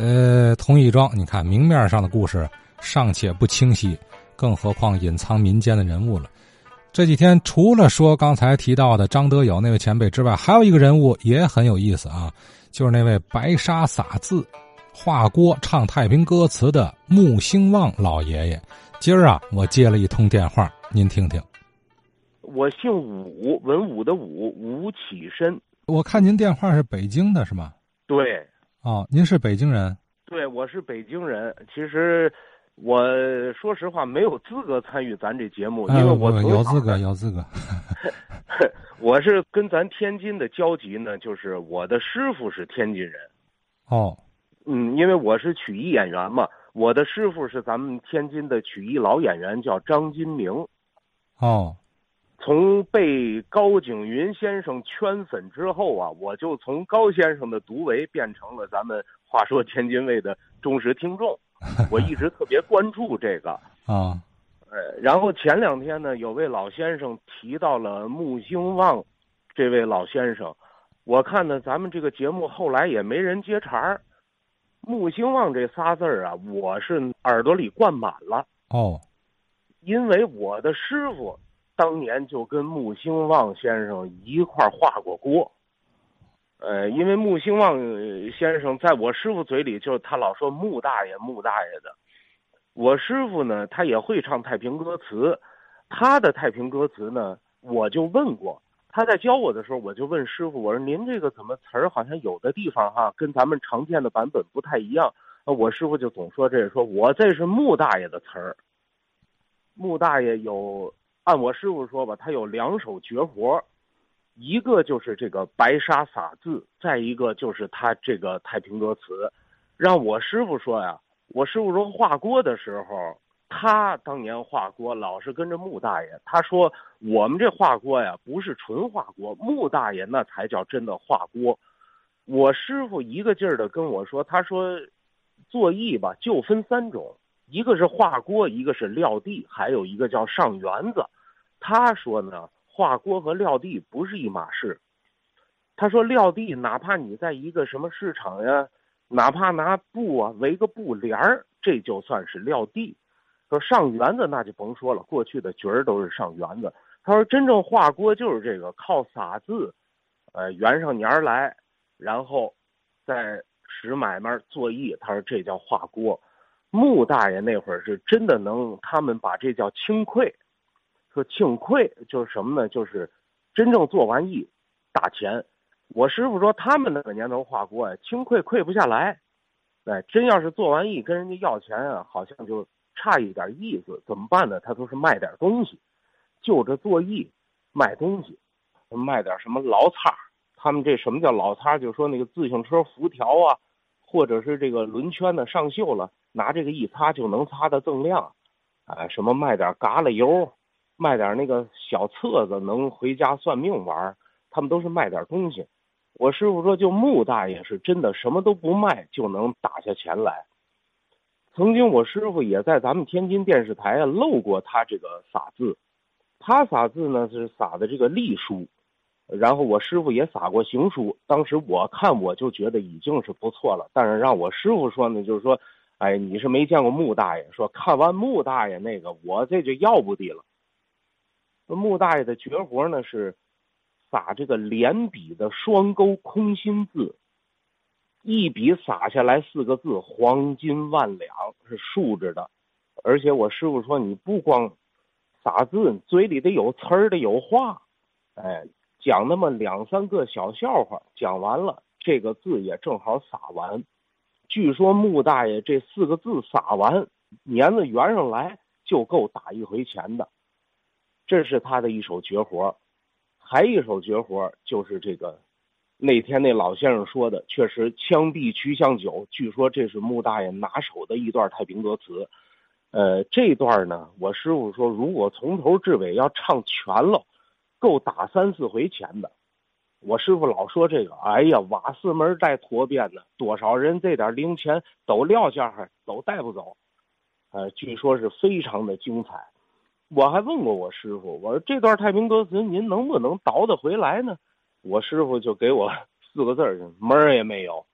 同一桩，你看明面上的故事尚且不清晰，更何况隐藏民间的人物了。这几天除了说刚才提到的张德友那位前辈之外，还有一个人物也很有意思啊，就是那位白沙撒字、画锅唱太平歌词的穆兴旺老爷爷。今儿啊，我接了一通电话，您听听。 我姓武，文武的武，吴启深。 我看您电话是北京的是吗？ 对。 哦，您是北京人？ 对，我是北京人。其实我说实话没有资格参与咱这节目，因为我有资格。 我是跟咱天津的交集呢，就是我的师傅是天津人。 哦。 因为我是曲艺演员嘛，我的师傅是咱们天津的曲艺老演员，叫张金明。 哦。 从被高景云先生圈粉之后啊，我就从高先生的独唯变成了咱们话说天津卫的忠实听众。我一直特别关注这个啊。 然后前两天呢，有位老先生提到了穆兴旺这位老先生，我看呢咱们这个节目后来也没人接茬儿。穆兴旺这仨字儿啊，我是耳朵里灌满了。 哦。 因为我的师傅当年就跟穆兴旺先生一块画过锅。因为穆兴旺先生在我师傅嘴里，就他老说穆大爷的。我师傅呢，他也会唱太平歌词，他的太平歌词呢，我就问过。他在教我的时候，我就问师傅，我说您这个怎么词儿好像有的地方哈跟咱们常见的版本不太一样。我师傅就总说说我这是穆大爷的词儿。穆大爷有，按我师傅说吧，他有2手绝活，一个就是这个白沙撒字，再一个就是他这个太平歌词。让我师傅说呀，我师傅说画锅的时候，他当年画锅老是跟着穆大爷，他说我们这画锅呀不是纯画锅，穆大爷那才叫真的画锅。我师傅一个劲儿的跟我说，他说做艺吧就分3种，一个是画锅，一个是撂地，还有一个叫上园子。他说呢，画锅和撂地不是一码事。他说撂地哪怕你在一个什么市场呀，哪怕拿布啊围个布帘儿，这就算是撂地。说上园子那就甭说了，过去的角儿都是上园子。他说真正画锅就是这个靠撒字，圆上年儿来，然后再使买卖做艺。他说这叫画锅。穆大爷那会儿是真的能，他们把这叫清馈。说清馈就是什么呢？就是真正做完艺大钱。我师傅说他们那个年头画锅呀，清馈馈不下来。真要是做完艺跟人家要钱啊，好像就差一点意思。怎么办呢？他都是卖点东西，就着做艺卖东西，卖点什么劳擦。他们这什么叫劳擦？就是说那个自行车辐条啊，或者是这个轮圈的上锈了，拿这个一擦就能擦得锃亮。什么卖点嘎啦油，卖点那个小册子，能回家算命玩。他们都是卖点东西。我师傅说就穆大爷是真的什么都不卖就能打下钱来。曾经我师傅也在咱们天津电视台啊露过他这个撒字。他撒字呢是撒的这个隶书，然后我师傅也撒过行书。当时我看我就觉得已经是不错了，但是让我师傅说呢，就是说你是没见过穆大爷，说看完穆大爷那个我这就要不得了。穆大爷的绝活呢是撒这个连笔的双钩空心字，一笔撒下来4个字黄金万两，是竖着的。而且我师傅说你不光撒字，嘴里得有词儿，得有话。讲那么2、3个小笑话，讲完了这个字也正好撒完。据说穆大爷这4个字撒完，年子圆上来就够打一回钱的。这是他的一手绝活。还一手绝活就是这个那天那老先生说的，确实枪毙曲项九，据说这是穆大爷拿手的一段太平歌词。这段呢，我师傅说如果从头至尾要唱全了，够打3、4回钱的。我师傅老说这个，哎呀，瓦四门带驼鞭的，多少人这点零钱都撂下都带不走。据说是非常的精彩。我还问过我师傅，我说这段太平歌词您能不能倒得回来呢？我师傅就给我4个字，门儿也没有。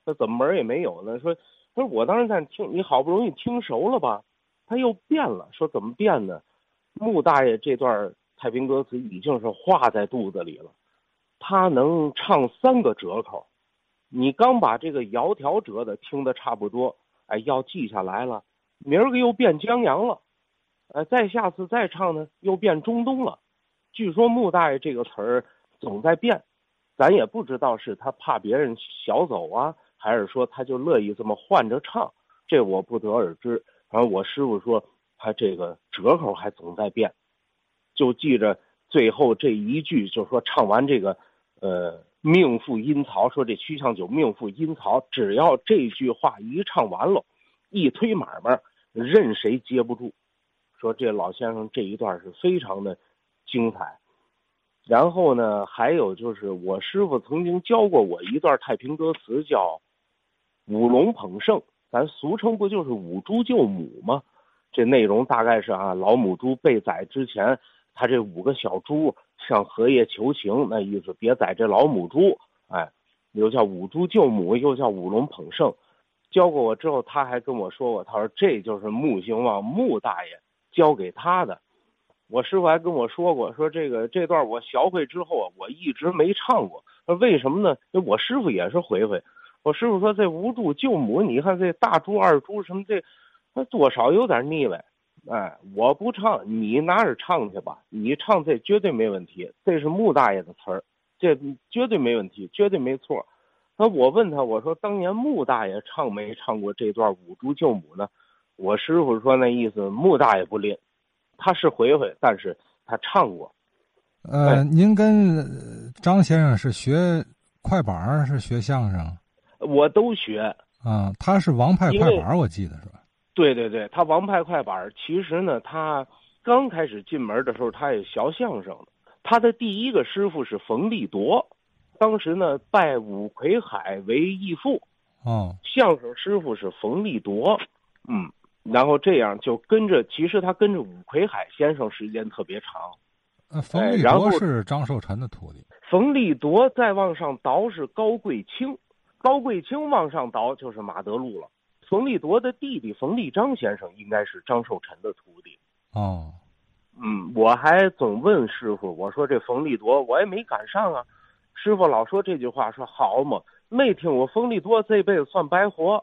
说怎么门也没有呢？说我当时在听，你好不容易听熟了吧？他又变了，说怎么变呢？穆大爷这段太平歌词已经是画在肚子里了，他能唱3个折口。你刚把这个窈窕折的听得差不多，哎，要记下来了，明儿个又变江洋了，再下次再唱呢，又变中东了。据说穆大爷这个词儿总在变，咱也不知道是他怕别人小走啊，还是说他就乐意这么换着唱，这我不得而知。反正我师傅说他这个折口还总在变，就记着最后这一句，就是说唱完这个命赴阴曹，说这曲项九命赴阴曹，只要这句话一唱完了，一推买卖任谁接不住。说这老先生这一段是非常的精彩。然后呢，还有就是我师傅曾经教过我一段太平歌词，叫舞龙捧圣，咱俗称不就是五猪救母吗？这内容大概是老母猪被宰之前，他这5个小猪向荷叶求情，那意思别宰这老母猪，哎，又叫五猪救母，又叫舞龙捧圣。教过我之后，他还跟我说过，他说这就是穆兴旺穆大爷教给他的。我师傅还跟我说过，说这段我学会之后我一直没唱过。为什么呢？我师傅也是回回。我师傅说这五猪救母，你看这大猪二猪什么这，多少有点腻歪。哎，我不唱，你拿着唱去吧，你唱这绝对没问题，这是穆大爷的词儿，这绝对没问题，绝对没错。那我问他，我说当年穆大爷唱没唱过这段五猪救母呢？我师傅说那意思穆大爷不吝，他是回回，但是他唱过。 您跟张先生是学快板是学相声？ 我都学。 他是王派快板，我记得是吧？ 对对对，他王派快板。其实呢，他刚开始进门的时候，他也学相声的。他的第一个师傅是冯立铎，当时呢拜伍魁海为义父。相声师傅是冯立铎。然后这样就跟着，其实他跟着伍魁海先生时间特别长。 冯立铎是张寿臣的徒弟。 冯立铎再往上倒是高贵清，高贵清往上倒就是马德禄了。冯立铎的弟弟冯立章先生应该是张寿臣的徒弟。我还总问师傅，我说这冯立铎我也没赶上啊。师傅老说这句话，说好嘛，没听我冯立铎这辈子算白活。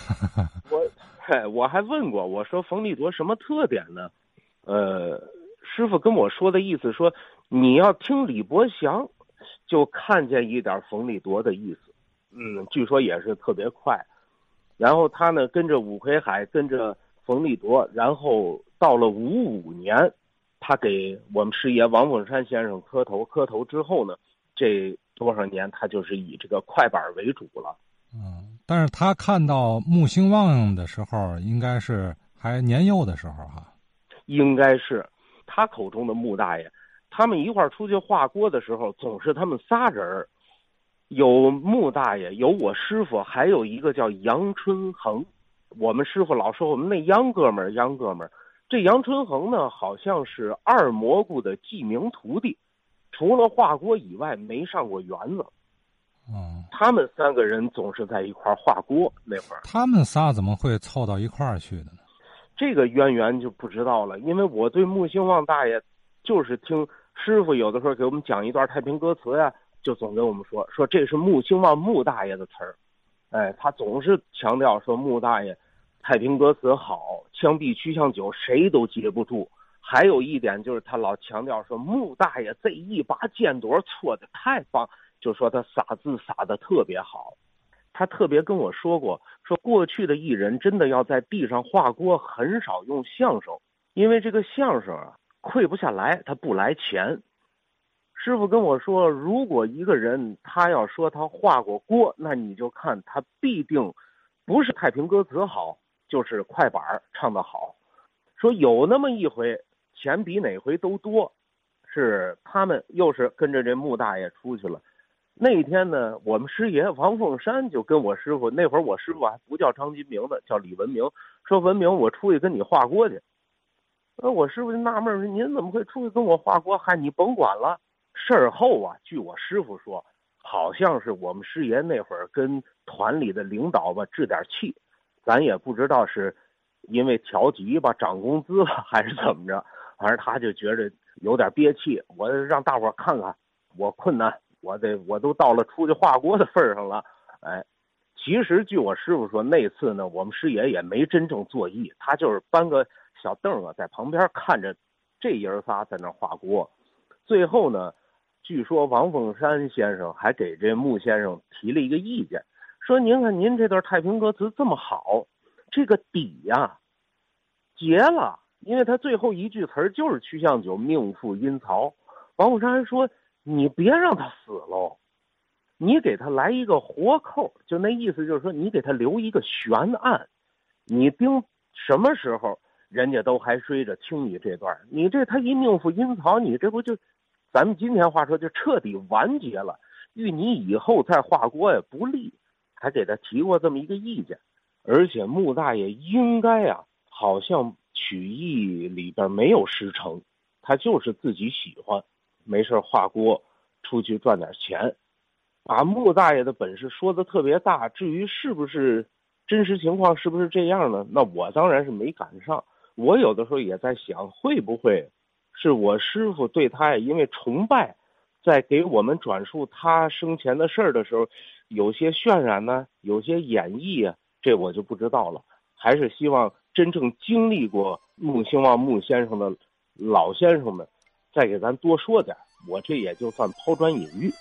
我还问过，我说冯立铎什么特点呢？师傅跟我说的意思说，你要听李伯祥，就看见一点冯立铎的意思。据说也是特别快。然后他呢跟着伍魁海，跟着冯立铎，然后到了55年，他给我们师爷王凤山先生磕头之后呢，这多少年他就是以这个快板为主了。 但是他看到穆兴旺的时候，应该是还年幼的时候哈。 应该是他口中的穆大爷，他们一块出去画锅的时候，总是他们仨人，有穆大爷，有我师傅，还有一个叫杨春恒。我们师傅老说我们那杨哥们儿，这杨春恒呢，好像是二蘑菇的记名徒弟，除了画锅以外没上过园子。他们3个人总是在一块画锅。那会儿他们仨怎么会凑到一块儿去的呢？ 这个渊源就不知道了，因为我对穆兴旺大爷就是听师傅有的时候给我们讲一段太平歌词呀，就总跟我们说这是穆兴旺穆大爷的词儿。他总是强调说穆大爷太平歌词好，枪毙曲项九谁都接不住。还有一点就是他老强调说穆大爷这一把剑朵搓得太棒，就说他撒字撒得特别好。他特别跟我说过，说过去的艺人真的要在地上画锅，很少用相声，因为这个相声亏不下来，他不来钱。师傅跟我说，如果一个人他要说他画过锅，那你就看他必定不是太平歌词好，就是快板唱得好。说有那么一回，钱比哪回都多，是他们又是跟着这穆大爷出去了。那天呢，我们师爷王凤山就跟我师傅，那会儿我师傅还不叫张金明呢，叫李文明，说文明我出去跟你画锅去。我师傅就纳闷，您怎么会出去跟我画锅？嗨，你甭管了。事后据我师傅说， 好像是我们师爷那会儿跟团里的领导吧置点气，咱也不知道是因为调级吧涨工资了还是怎么着，反正他就觉着有点憋气，我让大伙看看我困难，我都到了出去画锅的份上了。哎，其实据我师傅说，那次呢我们师爷也没真正作揖，他就是搬个小凳啊在旁边看着这爷仨在那画锅。最后呢，据说王凤山先生还给这穆先生提了一个意见，说您看您这段太平歌词这么好，这个底呀结了，因为他最后一句词就是曲项九命赴阴曹。王凤山说你别让他死喽，你给他来一个活扣，就那意思就是说你给他留一个悬案，你盯什么时候人家都还追着听你这段，你这他一命赴阴曹，你这不就咱们今天话说就彻底完结了，与你以后再画锅也不利，还给他提过这么一个意见。而且穆大爷应该啊，好像曲艺里边没有师承，他就是自己喜欢，没事画锅出去赚点钱，把穆大爷的本事说得特别大。至于是不是真实情况是不是这样呢？那我当然是没赶上。我有的时候也在想，会不会是我师傅对他也因为崇拜，在给我们转述他生前的事儿的时候，有些渲染呢，有些演绎啊，这我就不知道了。还是希望真正经历过穆兴旺穆先生的老先生们再给咱多说点，我这也就算抛砖引玉。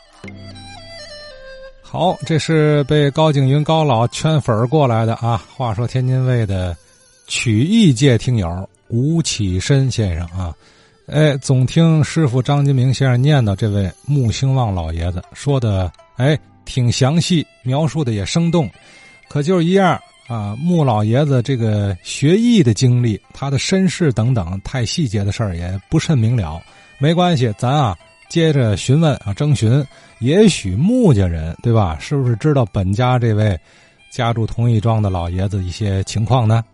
好，这是被高景云高老圈粉过来的啊。话说天津卫的曲艺界听友吴启深先生啊，总听师傅张金明先生念叨这位穆兴旺老爷子，说的挺详细，描述的也生动，可就是一样啊，穆老爷子这个学艺的经历，他的身世等等太细节的事儿也不甚明了。没关系，咱啊接着询问啊，征询，也许穆家人对吧，是不是知道本家这位家住同一庄的老爷子一些情况呢？